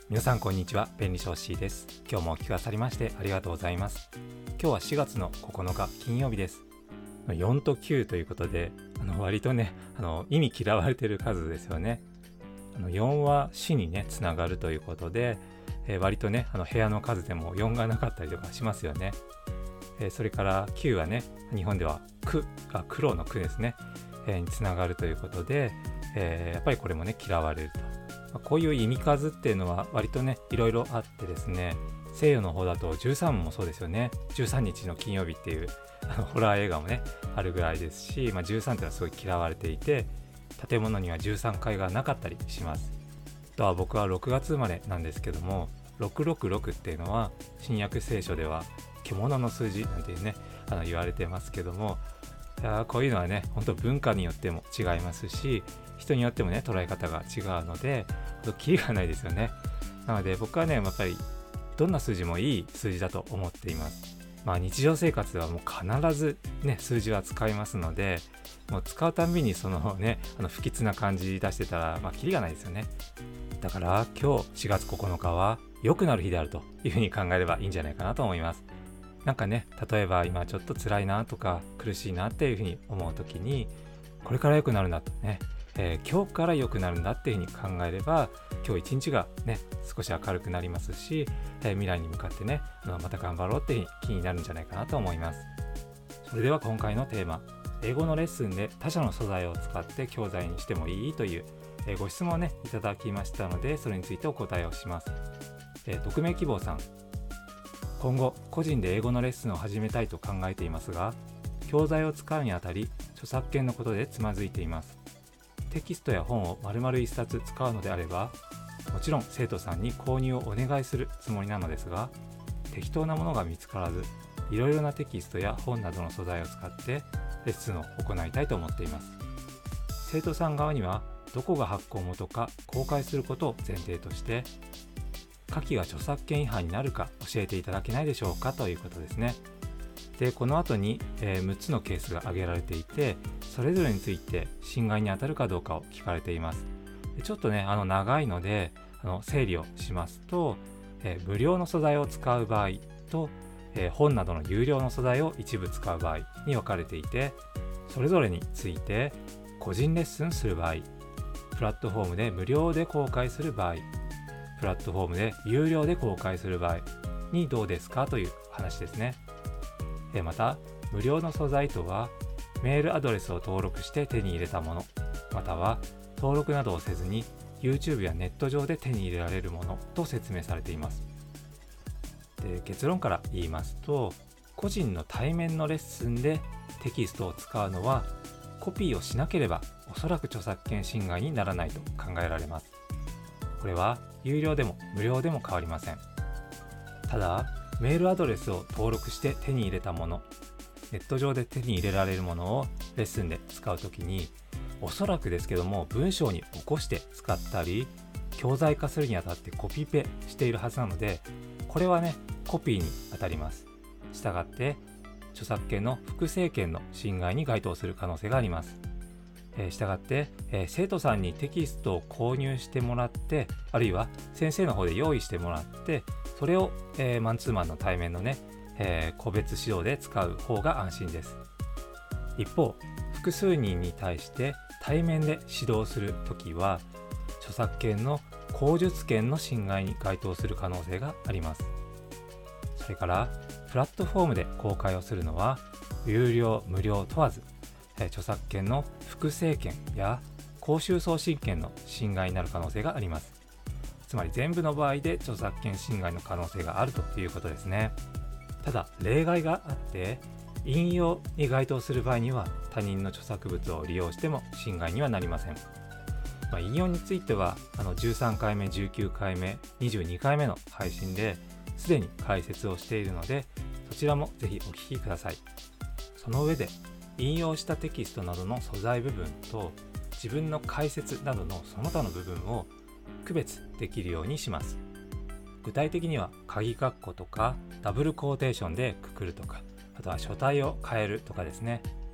皆さんこんにちは、便利ショーシーです。今日もお聞きくださりましてありがとうございます。今日は4月の9日金曜日です。4と9ということで、割とね、意味嫌われている数ですよね。4は死にね、つながるということで、割とね、部屋の数でも4がなかったりとかしますよね。それから9はね、日本では黒の9ですね、につながるということで、やっぱりこれもね、嫌われると。こういう意味数っていうのは割とね、いろいろあってですね、西洋の方だと13もそうですよね。13日の金曜日っていうホラー映画もね、あるぐらいですし、13っていうのはすごい嫌われていて、建物には13階がなかったりします。あとは僕は6月生まれなんですけども、666っていうのは新約聖書では獣の数字なんてね、言われてますけども、こういうのはね、本当文化によっても違いますし、人によってもね、捉え方が違うので、キリがないですよね。なので僕はね、やっぱりどんな数字もいい数字だと思っています。日常生活ではもう必ずね、数字は使いますので、もう使うたんびにそのね、不吉な感じ出してたら、キリがないですよね。だから今日4月9日は良くなる日であるというふうに考えればいいんじゃないかなと思います。なんかね、例えば今ちょっと辛いなとか苦しいなっていうふうに思うときに、これから良くなるんだとね、今日から良くなるんだっていうふうに考えれば、今日一日がね、少し明るくなりますし、未来に向かってね、また頑張ろうっていう気になるんじゃないかなと思います。それでは今回のテーマ、英語のレッスンで他社の素材を使って教材にしてもいいという、ご質問をね、いただきましたので、それについてお答えをします。匿名希望さん、今後個人で英語のレッスンを始めたいと考えていますが、教材を使うにあたり著作権のことでつまずいています。テキストや本を丸々一冊使うのであれば、もちろん生徒さんに購入をお願いするつもりなのですが、適当なものが見つからず、いろいろなテキストや本などの素材を使ってレッスンを行いたいと思っています。生徒さん側にはどこが発行元か公開することを前提として、下記が著作権違反になるか教えていただけないでしょうかということですね。で、この後に、6つのケースが挙げられていて、それぞれについて侵害に当たるかどうかを聞かれています。でちょっとね、長いので整理をしますと、無料の素材を使う場合と、本などの有料の素材を一部使う場合に分かれていて、それぞれについて個人レッスンする場合、プラットフォームで無料で公開する場合、プラットフォームで有料で公開する場合にどうですかという話ですね。また、無料の素材とはメールアドレスを登録して手に入れたもの、または登録などをせずに YouTube やネット上で手に入れられるものと説明されています。で、結論から言いますと、個人の対面のレッスンでテキストを使うのはコピーをしなければおそらく著作権侵害にならないと考えられます。これは有料でも無料でも変わりません。ただ、メールアドレスを登録して手に入れたもの、ネット上で手に入れられるものをレッスンで使うときに、おそらくですけども文章に起こして使ったり、教材化するにあたってコピペしているはずなので、これはね、コピーに当たります。したがって著作権の複製権の侵害に該当する可能性があります。したがって、生徒さんにテキストを購入してもらって、あるいは先生の方で用意してもらって、それを、マンツーマンの対面のね、個別指導で使う方が安心です。一方、複数人に対して対面で指導するときは、著作権の口述権の侵害に該当する可能性があります。それから、プラットフォームで公開をするのは、有料無料問わず、著作権の複製権や公衆送信権の侵害になる可能性があります。つまり全部の場合で著作権侵害の可能性があるということですね。ただ例外があって、引用に該当する場合には他人の著作物を利用しても侵害にはなりません。引用については13回目、19回目、22回目の配信ですでに解説をしているので、そちらもぜひお聞きください。その上で、引用したテキストなどの素材部分と自分の解説などのその他の部分を区別できるようにします。具体的には鍵括弧とかダブルコーテーションでくくるとか、あとは書体を変えるとかですね。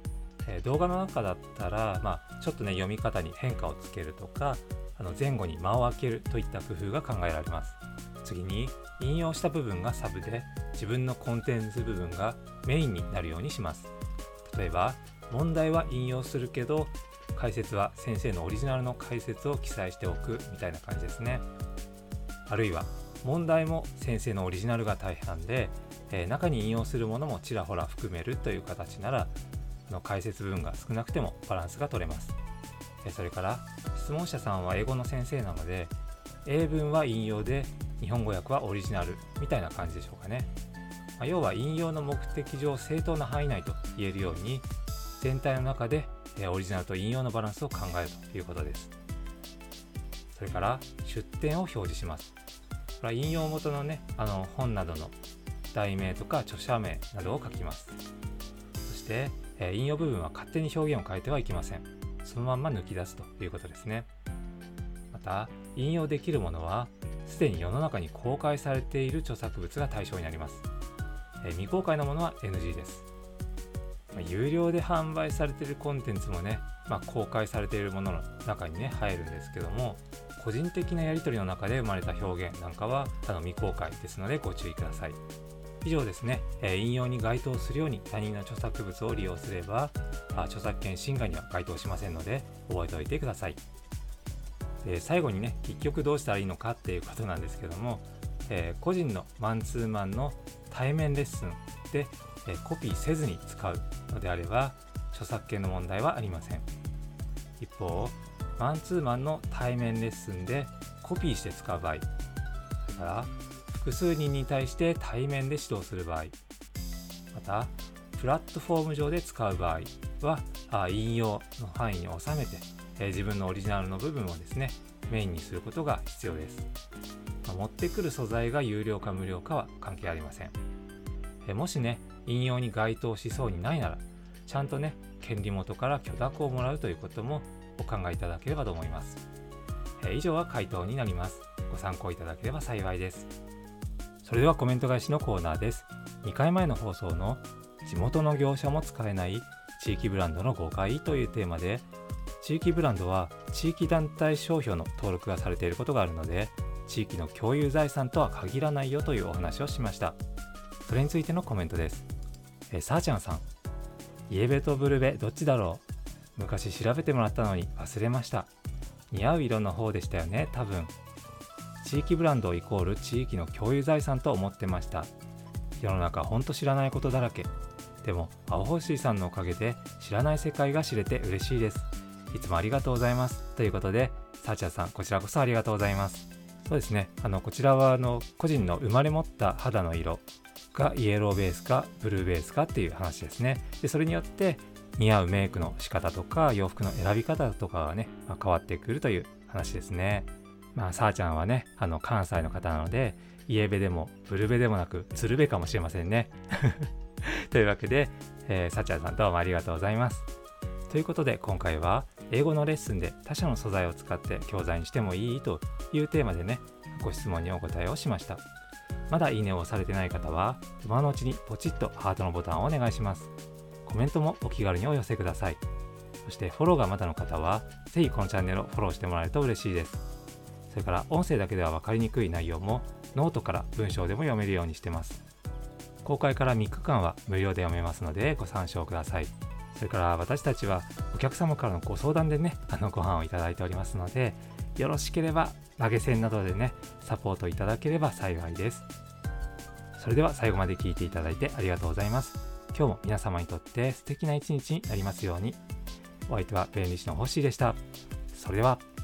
動画の中だったら、ちょっとね読み方に変化をつけるとか、前後に間を空けるといった工夫が考えられます。次に引用した部分がサブで、自分のコンテンツ部分がメインになるようにします。例えば問題は引用するけど、解説は先生のオリジナルの解説を記載しておくみたいな感じですね。あるいは問題も先生のオリジナルが大半で、中に引用するものもちらほら含めるという形なら、解説部分が少なくてもバランスが取れます。それから質問者さんは英語の先生なので、英文は引用で日本語訳はオリジナルみたいな感じでしょうかね。要は引用の目的上正当な範囲内と言えるように、全体の中でオリジナルと引用のバランスを考えるということです。それから出典を表示します。これは引用元のね、本などの題名とか著者名などを書きます。そして引用部分は勝手に表現を変えてはいけません。そのまんま抜き出すということですね。また引用できるものはすでに世の中に公開されている著作物が対象になります。未公開のものは NG です。有料で販売されているコンテンツもね、公開されているものの中にね入るんですけども、個人的なやり取りの中で生まれた表現なんかは未公開ですのでご注意ください。以上ですね。引用に該当するように他人の著作物を利用すれば著作権侵害には該当しませんので覚えておいてください。最後にね、結局どうしたらいいのかっていうことなんですけども、個人のマンツーマンの対面レッスンでコピーせずに使うのであれば著作権の問題はありません。一方マンツーマンの対面レッスンでコピーして使う場合、それから複数人に対して対面で指導する場合、またプラットフォーム上で使う場合は引用の範囲に収めて自分のオリジナルの部分をですねメインにすることが必要です。持ってくる素材が有料か無料かは関係ありません。もしね引用に該当しそうにないなら、ちゃんとね権利元から許諾をもらうということもお考えいただければと思います。以上は回答になります。ご参考いただければ幸いです。それではコメント返しのコーナーです。2回前の放送の地元の業者も使えない地域ブランドの誤解というテーマで、地域ブランドは地域団体商標の登録がされていることがあるので、地域の共有財産とは限らないよというお話をしました。それについてのコメントです。さーちゃんさん、イエベとブルベどっちだろう。昔調べてもらったのに忘れました。似合う色の方でしたよね、多分。地域ブランドイコール地域の共有財産と思ってました。世の中ほんと知らないことだらけ。でも青星さんのおかげで知らない世界が知れて嬉しいです。いつもありがとうございます。ということで、さーちゃんさん、こちらこそありがとうございます。そうですね、こちらは個人の生まれ持った肌の色がイエローベースかブルーベースかっていう話ですね。でそれによって似合うメイクの仕方とか洋服の選び方とかがね、変わってくるという話ですね。さーちゃんはね関西の方なので、イエベでもブルベでもなくツルベかもしれませんねというわけで、さーちゃんさんどうもありがとうございます。ということで今回は英語のレッスンで他社の素材を使って教材にしてもいいというテーマでね、ご質問にお答えをしました。まだいいねを押されてない方は今のうちにポチッとハートのボタンをお願いします。コメントもお気軽にお寄せください。そしてフォローがまだの方はぜひこのチャンネルをフォローしてもらえると嬉しいです。それから音声だけでは分かりにくい内容もノートから文章でも読めるようにしてます。公開から3日間は無料で読めますのでご参照ください。それから私たちはお客様からのご相談でねご飯をいただいておりますので、よろしければ投げ銭などでねサポートいただければ幸いです。それでは最後まで聞いていただいてありがとうございます。今日も皆様にとって素敵な一日になりますように。お相手は弁理士のホッシーでした。それでは。